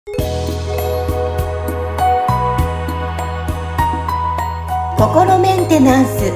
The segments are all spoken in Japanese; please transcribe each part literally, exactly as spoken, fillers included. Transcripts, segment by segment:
心メンテナンス。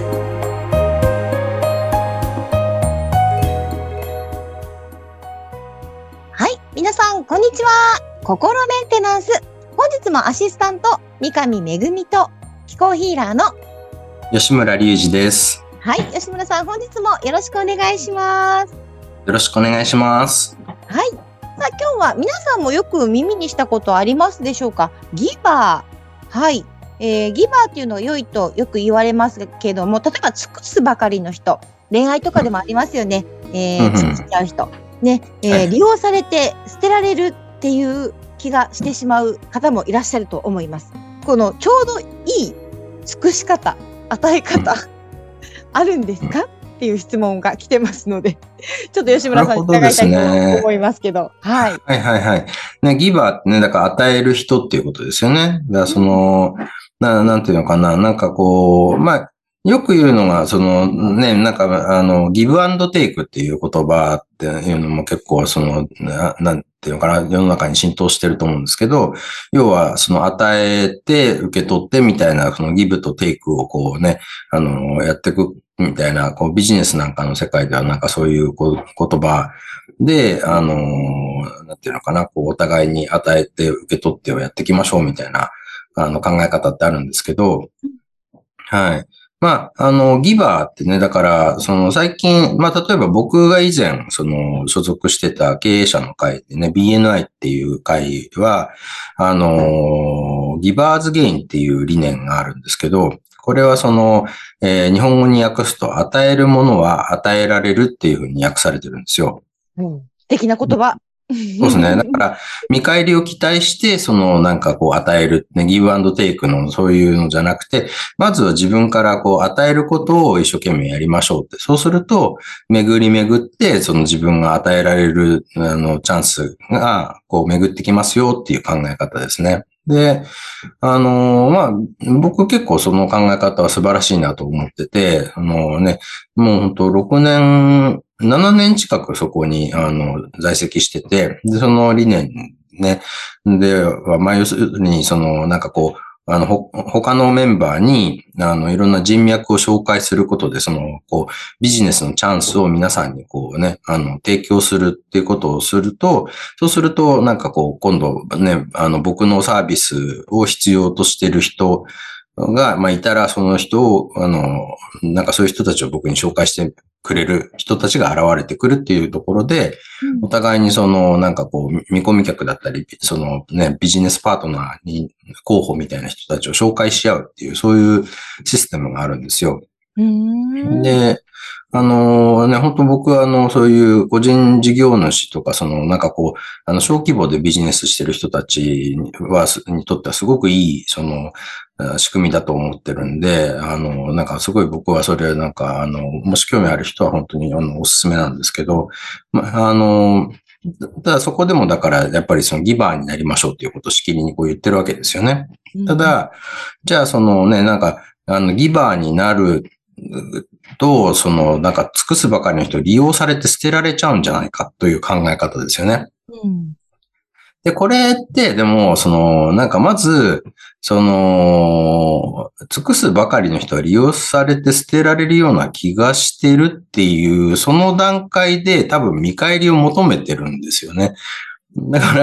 はい、皆さんこんにちは。心メンテナンス。本日もアシスタント三上めぐみと気候ヒーラーの吉村隆二です。 はい、吉村さん本日もよろしくお願いします。 よろしくお願いします。 はい。さあ今日は皆さんもよく耳にしたことありますでしょうか。ギバー。はい。えー、ギバーっていうのは良いとよく言われますけども、例えば尽くすばかりの人、恋愛とかでもありますよね。えー、尽くしちゃう人。ね、えーはい、利用されて捨てられるっていう気がしてしまう方もいらっしゃると思います。このちょうどいい尽くし方、与え方、あるんですかっていう質問が来てますので、ちょっと吉村さんに伺いたいと思いますけど。はい。 はいはいはい。ね、ギバーってね、だから与える人っていうことですよね。だからその、うん、な、なんていうのかな、なんかこう、まあ、よく言うのが、そのね、なんか、あの、ギブアンドテイクっていう言葉っていうのも結構、その、な、なんていうのかな、世の中に浸透してると思うんですけど、要は、その与えて、受け取ってみたいな、そのギブとテイクをこうね、あの、やっていくみたいな、こうビジネスなんかの世界ではなんかそういうこう言葉で、あの、なんていうのかな、こうお互いに与えて受け取ってをやっていきましょうみたいな、あの考え方ってあるんですけど、はい。まあ、あの、ギバーってね、だから、その最近、まあ、例えば僕が以前、その、所属してた経営者の会でね、ビーエヌアイ っていう会は、あの、ギバーズゲインっていう理念があるんですけど、これはその、えー、日本語に訳すと、与えるものは与えられるっていうふうに訳されてるんですよ。 うん、素敵な言葉。 そうですね。だから、見返りを期待して、その、なんかこう、与える、ね、ギブアンドテイクの、そういうのじゃなくて、まずは自分からこう、与えることを一生懸命やりましょうって。そうすると、巡り巡って、その自分が与えられる、あの、チャンスが、こう、巡ってきますよっていう考え方ですね。で、あの、まあ、僕結構その考え方は素晴らしいなと思ってて、あのね、もう本当ろくねん、ななねん近くそこに、あの、在籍してて、で、その理念ね、では、まあ、要するに、その、なんかこう、あの、ほ、他のメンバーに、あの、いろんな人脈を紹介することで、その、こう、ビジネスのチャンスを皆さんにこうね、あの、提供するっていうことをすると、そうすると、なんかこう、今度ね、あの、僕のサービスを必要としている人が、まあ、いたら、その人を、あの、なんかそういう人たちを僕に紹介してくれる人たちが現れてくるっていうところで、うん、お互いにその、なんかこう、見込み客だったり、そのね、ビジネスパートナーに、候補みたいな人たちを紹介し合うっていう、そういうシステムがあるんですよ。 うーんで、あのね、本当僕はあの、そういう個人事業主とか、その、なんかこう、あの、小規模でビジネスしてる人たちは、にとってはすごくいい、その、仕組みだと思ってるんで、あの、なんかすごい僕はそれなんか、あの、もし興味ある人は本当にあの、おすすめなんですけど、ま、あの、ただそこでもだからやっぱりそのギバーになりましょうっていうことをしきりにこう言ってるわけですよね。ただ、じゃあそのね、なんか、あの、ギバーになると、その、なんか尽くすばかりの人を利用されて捨てられちゃうんじゃないかという考え方ですよね。 うんで、これって、でも、その、なんかまず、その、尽くすばかりの人は利用されて捨てられるような気がしてるっていう、その段階で多分見返りを求めてるんですよね。だから、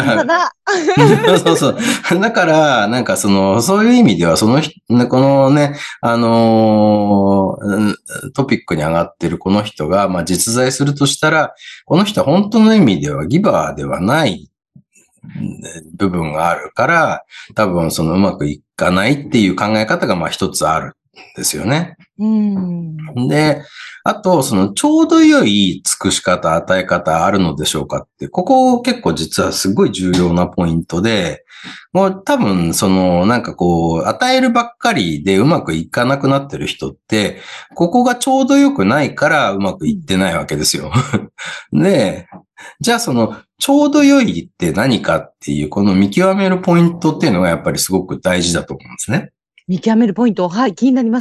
そうそうそう。だから、なんかその、そういう意味では、その、このね、あのー、トピックに上がってるこの人が、まあ実在するとしたら、この人は本当の意味ではギバーではない部分があるから、多分そのうまくいかないっていう考え方がまあ一つあるんですよね。 うんで、あと、そのちょうど良い尽くし方、与え方あるのでしょうかって、ここ結構実はすごい重要なポイントで、もう多分そのなんかこう、与えるばっかりでうまくいかなくなってる人って、ここがちょうど良くないからうまくいってないわけですよ。で、じゃあその、ちょうど良いって何かっていう、この見極めるポイントっていうのがやっぱりすごく大事だと思うんですね。 見極めるポイント、はい、気になります。 はい。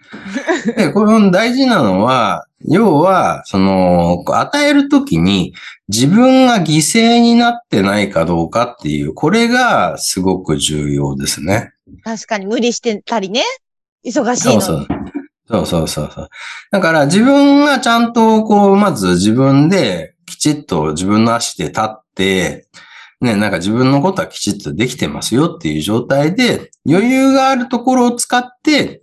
で、この大事なのは、要は、その、与えるときに自分が犠牲になってないかどうかっていう、これがすごく重要ですね。 確かに無理してたりね。忙しいのに。 そうそう。そうそうそうそう。だから自分がちゃんとこう、まず自分できちっと自分の足で立って、ね、なんか自分のことはきちっとできてますよっていう状態で、余裕があるところを使って、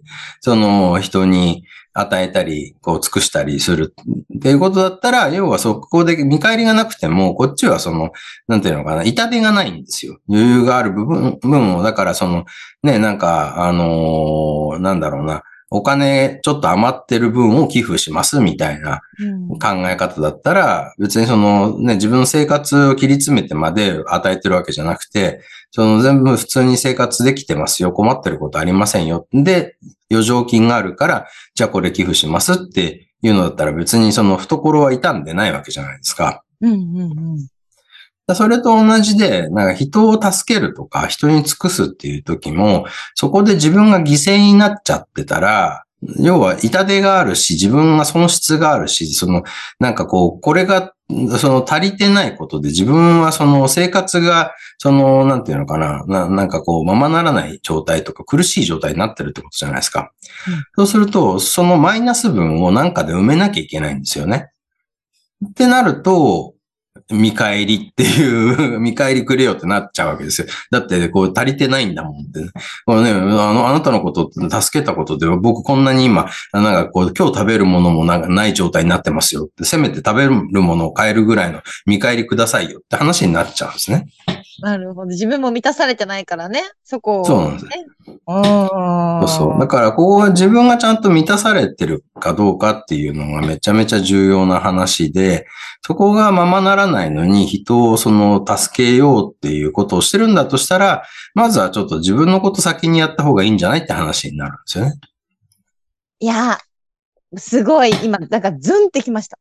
その人に与えたり、こう尽くしたりするっていうことだったら、要はそこで見返りがなくても、こっちはその、なんていうのかな、痛手がないんですよ。余裕がある部分、部分を、だからその、ね、なんか、あのーなんだろうな、お金ちょっと余ってる分を寄付しますみたいな考え方だったら、別にそのね、自分の生活を切り詰めてまで与えてるわけじゃなくて、その全部普通に生活できてますよ。困ってることありませんよ。で、余剰金があるから、じゃあこれ寄付しますっていうのだったら別にその懐は傷んでないわけじゃないですか。 うんうんうん。 それと同じで、なんか人を助けるとか人に尽くすっていう時も、そこで自分が犠牲になっちゃってたら、要は痛手があるし、自分が損失があるし、その、なんかこう、これが、その足りてないことで自分はその生活が、その、なんていうのかな、ななんかこう、ままならない状態とか苦しい状態になってるってことじゃないですか。うん、そうすると、そのマイナス分をなんかで埋めなきゃいけないんですよね。ってなると、見返りっていう、見返りくれよってなっちゃうわけですよ。だって、こう足りてないんだもんって。このね、あの、あなたのこと助けたことで、僕こんなに今、なんかこう、今日食べるものもなんかない状態になってますよって、せめて食べるものを変えるぐらいの見返りくださいよって話になっちゃうんですね。 なるほど。自分も満たされてないからね。そこを、ね。 そうなんです。そうそう。だから、ここは自分がちゃんと満たされてるかどうかっていうのがめちゃめちゃ重要な話で、そこがままならないのに人をその助けようっていうことをしてるんだとしたら、まずはちょっと自分のこと先にやった方がいいんじゃないって話になるんですよね。 いや、すごい、今、なんかズンってきました。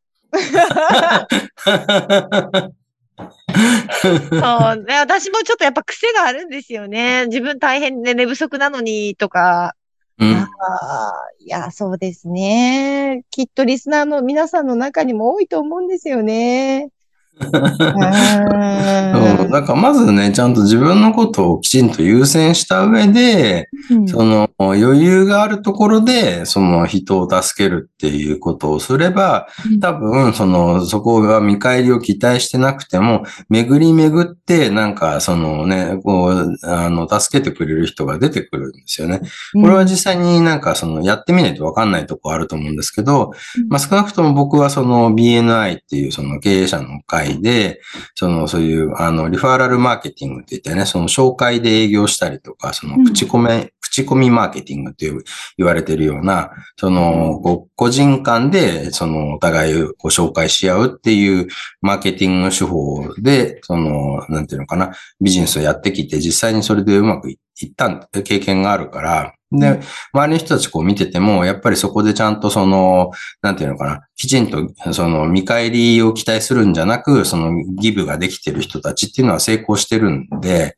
そうね。私もちょっとやっぱ癖があるんですよね。自分大変で寝不足なのにとか。 うん、 ああ、いや、そうですね。きっとリスナーの皆さんの中にも多いと思うんですよね。うそう、 ーん。 だからまずね、ちゃんと自分のことをきちんと優先した上で、 うん。 その余裕があるところで、その人を助けるっていうことをすれば、多分、その、そこが見返りを期待してなくても、巡り巡って、なんか、そのね、こう、あの、助けてくれる人が出てくるんですよね。これは実際になんか、その、やってみないとわかんないとこあると思うんですけど、まあ、少なくとも僕はその ビーエヌアイ っていうその経営者の会で、その、そういう、あの、リファーラルマーケティングって言ってね、その紹介で営業したりとか、その、口コミ、口コミマーケティングっていう言われているような、その、こう個人間で、その、お互いを紹介し合うっていうマーケティング手法で、その、なんていうのかな、ビジネスをやってきて、実際にそれでうまくいった経験があるから、で、周りの人たちこう見てても、やっぱりそこでちゃんとその、なんていうのかな、きちんとその見返りを期待するんじゃなく、そのギブができてる人たちっていうのは成功してるんで、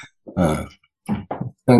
うん、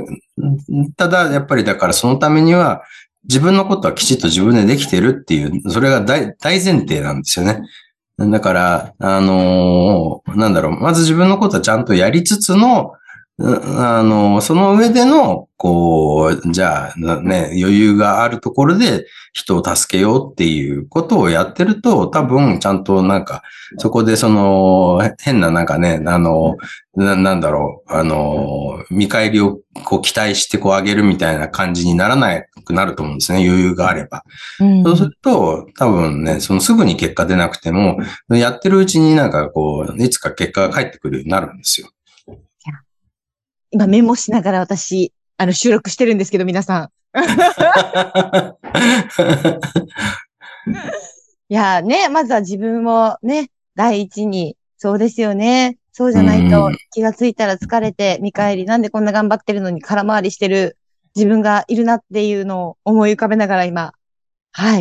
ただ、やっぱりだからそのためには、自分のことはきちっと自分でできてるっていう、それが大大前提なんですよね。だから、あのー、なんだろう、まず自分のことはちゃんとやりつつの、あの、その上での、こう、じゃあ、ね、余裕があるところで人を助けようっていうことをやってると、多分、ちゃんとなんか、そこでその、変ななんかね、あの、な、なんだろう、あの、見返りをこう期待してこう上げるみたいな感じにならなくなると思うんですね、余裕があれば。うん、そうすると、多分ね、そのすぐに結果出なくても、やってるうちになんかこう、いつか結果が返ってくるようになるんですよ。 今メモしながら私、あの、収録してるんですけど、皆さん。いやね、まずは自分をね、第一に、そうですよね。そうじゃないと気がついたら疲れて、見返りなんでこんな頑張ってるのに空回りしてる自分がいるなっていうのを思い浮かべながら今、はい。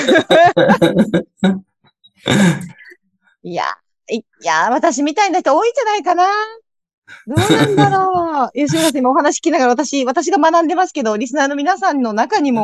いや、いや、私みたいな人多いんじゃないかな。どうなんだろう。いや、すみません。今お話聞きながら私、私が学んでますけど、リスナーの皆さんの中にも、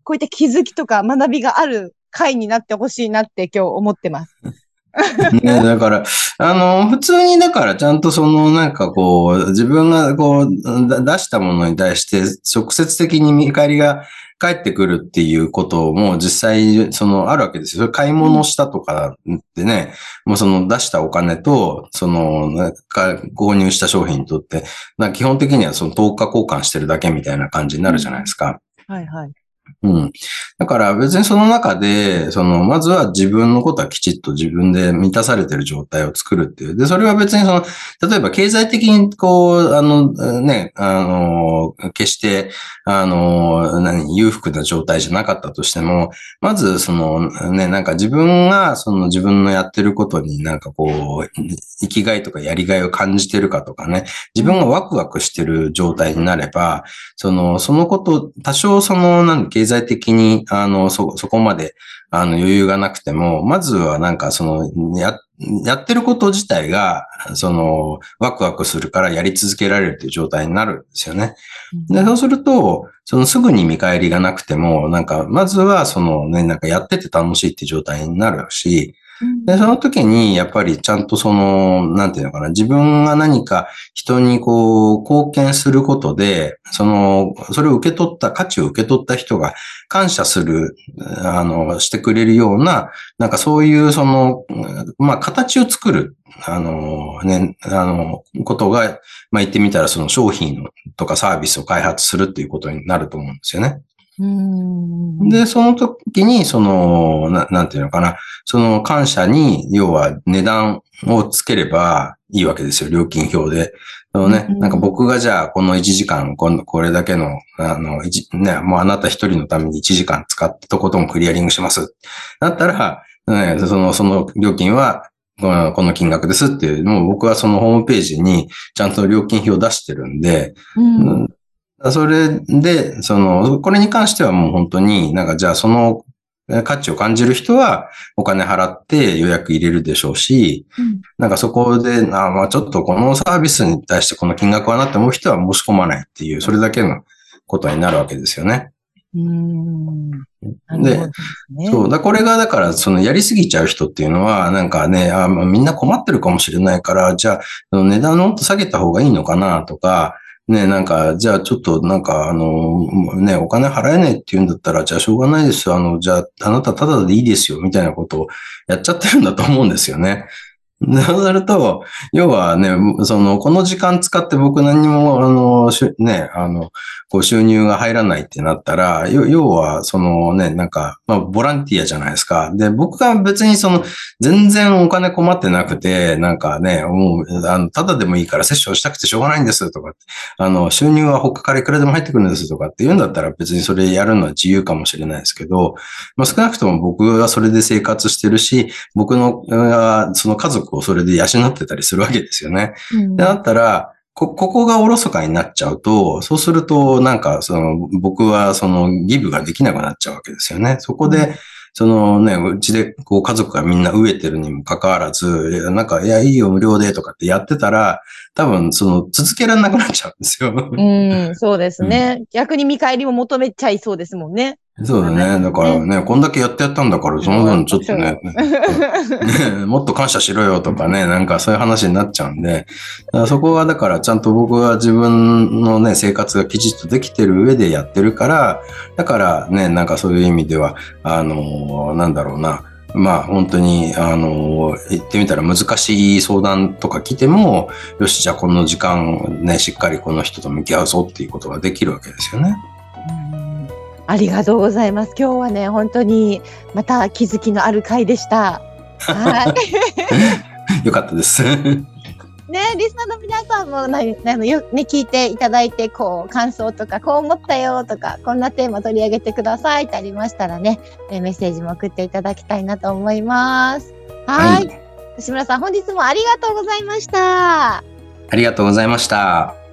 こういった気づきとか学びがある回になってほしいなって今日思ってます。 ね、だから、あの、普通にだからちゃんとそのなんかこう、自分がこう、だ出したものに対して直接的に見返りが返ってくるっていうことも実際そのあるわけですよ。それ買い物したとかってね、もうその出したお金と、その、なんか購入した商品にとって、なんか基本的にはその等価交換してるだけみたいな感じになるじゃないですか。 はいはい。 うん。だから別にその中で、その、まずは自分のことはきちっと自分で満たされてる状態を作るっていう。で、それは別にその、例えば経済的にこう、あの、ね、あの、決して、あの、何、裕福な状態じゃなかったとしても、まずその、ね、なんか自分がその自分のやってることになんかこう、生きがいとかやりがいを感じてるかとかね、自分がワクワクしてる状態になれば、その、そのこと、多少その、なん経済的に、あの、そ、そこまで、あの、余裕がなくても、まずはなんかその、や、やってること自体が、その、ワクワクするからやり続けられるっていう状態になるんですよね。で、そうすると、そのすぐに見返りがなくても、なんか、まずはそのね、なんかやってて楽しいっていう状態になるし、で、その時に、やっぱりちゃんとその、なんていうのかな、自分が何か人にこう、貢献することで、その、それを受け取った、価値を受け取った人が感謝する、あの、してくれるような、なんかそういうその、まあ、形を作る、あの、ね、あの、ことが、まあ、言ってみたらその商品とかサービスを開発するっていうことになると思うんですよね。 うーん。 で、その時に、その、な、なんていうのかな。その感謝に、要は値段をつければいいわけですよ、料金表で。そのね、なんか僕がじゃあ、このいちじかん、この、これだけの、あの、一ね、もうあなた一人のためにいちじかん使ってとことんクリアリングします。だったら、ね、その、その料金は、このこの金額ですっていうのを僕はそのホームページにちゃんと料金表を出してるんで、 うんそれで、その、これに関してはもう本当に、なんかじゃあその価値を感じる人はお金払って予約入れるでしょうし、 うん、 なんかそこで、あまあちょっとこのサービスに対してこの金額はなって思う人は申し込まないっていう、それだけのことになるわけですよね。 うーん。なるほで、 どですね。 そう。だこれが、だから、そのやりすぎちゃう人っていうのは、なんかね、あ、まあ、みんな困ってるかもしれないから、じゃあ、その値段をもっと下げた方がいいのかなとか、ね、なんか、じゃあちょっとなんか、あの、ね、お金払えないって言うんだったら、じゃあしょうがないですよ。あの、じゃあ、あなたただでいいですよ、みたいなことをやっちゃってるんだと思うんですよね。そうすると、要はね、その、この時間使って僕何にも、あの、しゅね、あの、こう収入が入らないってなったら、要要は、そのね、なんか、まあ、ボランティアじゃないですか。で、僕が別にその、全然お金困ってなくて、なんかね、もう、あの、ただでもいいからセッションしたくてしょうがないんですとかって、あの、収入は他からいくらでも入ってくるんですとかって言うんだったら別にそれやるのは自由かもしれないですけど、まあ、少なくとも僕はそれで生活してるし、僕の、その家族をそれで養ってたりするわけですよね。 うん、 で、だったら、こ、ここがおろそかになっちゃうと、そうすると、なんか、その、僕はそのギブができなくなっちゃうわけですよね。そこで、そのね、うちでこう家族がみんな飢えてるにもかかわらず、なんか、いや、いいよ、無料でとかってやってたら、多分、その、続けられなくなっちゃうんですよ。 うん、そうですね。逆に見返りも求めちゃいそうですもんね。 そうだね。だからね、こんだけやってやったんだから、その分ちょっとね、ねもっと感謝しろよとかね、なんかそういう話になっちゃうんで、だからそこはだからちゃんと僕は自分のね、生活がきちっとできてる上でやってるから、だからね、なんかそういう意味では、あの、なんだろうな、まあ本当に、あの、言ってみたら難しい相談とか来ても、よし、じゃあこの時間ね、しっかりこの人と向き合うぞっていうことができるわけですよね。 ありがとうございます。今日はね、本当にまた気づきのある回でした。はい。 よかったです。 ね、リスナーの皆さんもななのよ、ね、聞いていただいて、こう、感想とか、こう思ったよとか、こんなテーマ取り上げてくださいってありましたらね、メッセージも送っていただきたいなと思います。はい。吉村さん、本日もありがとうございました。 ありがとうございました。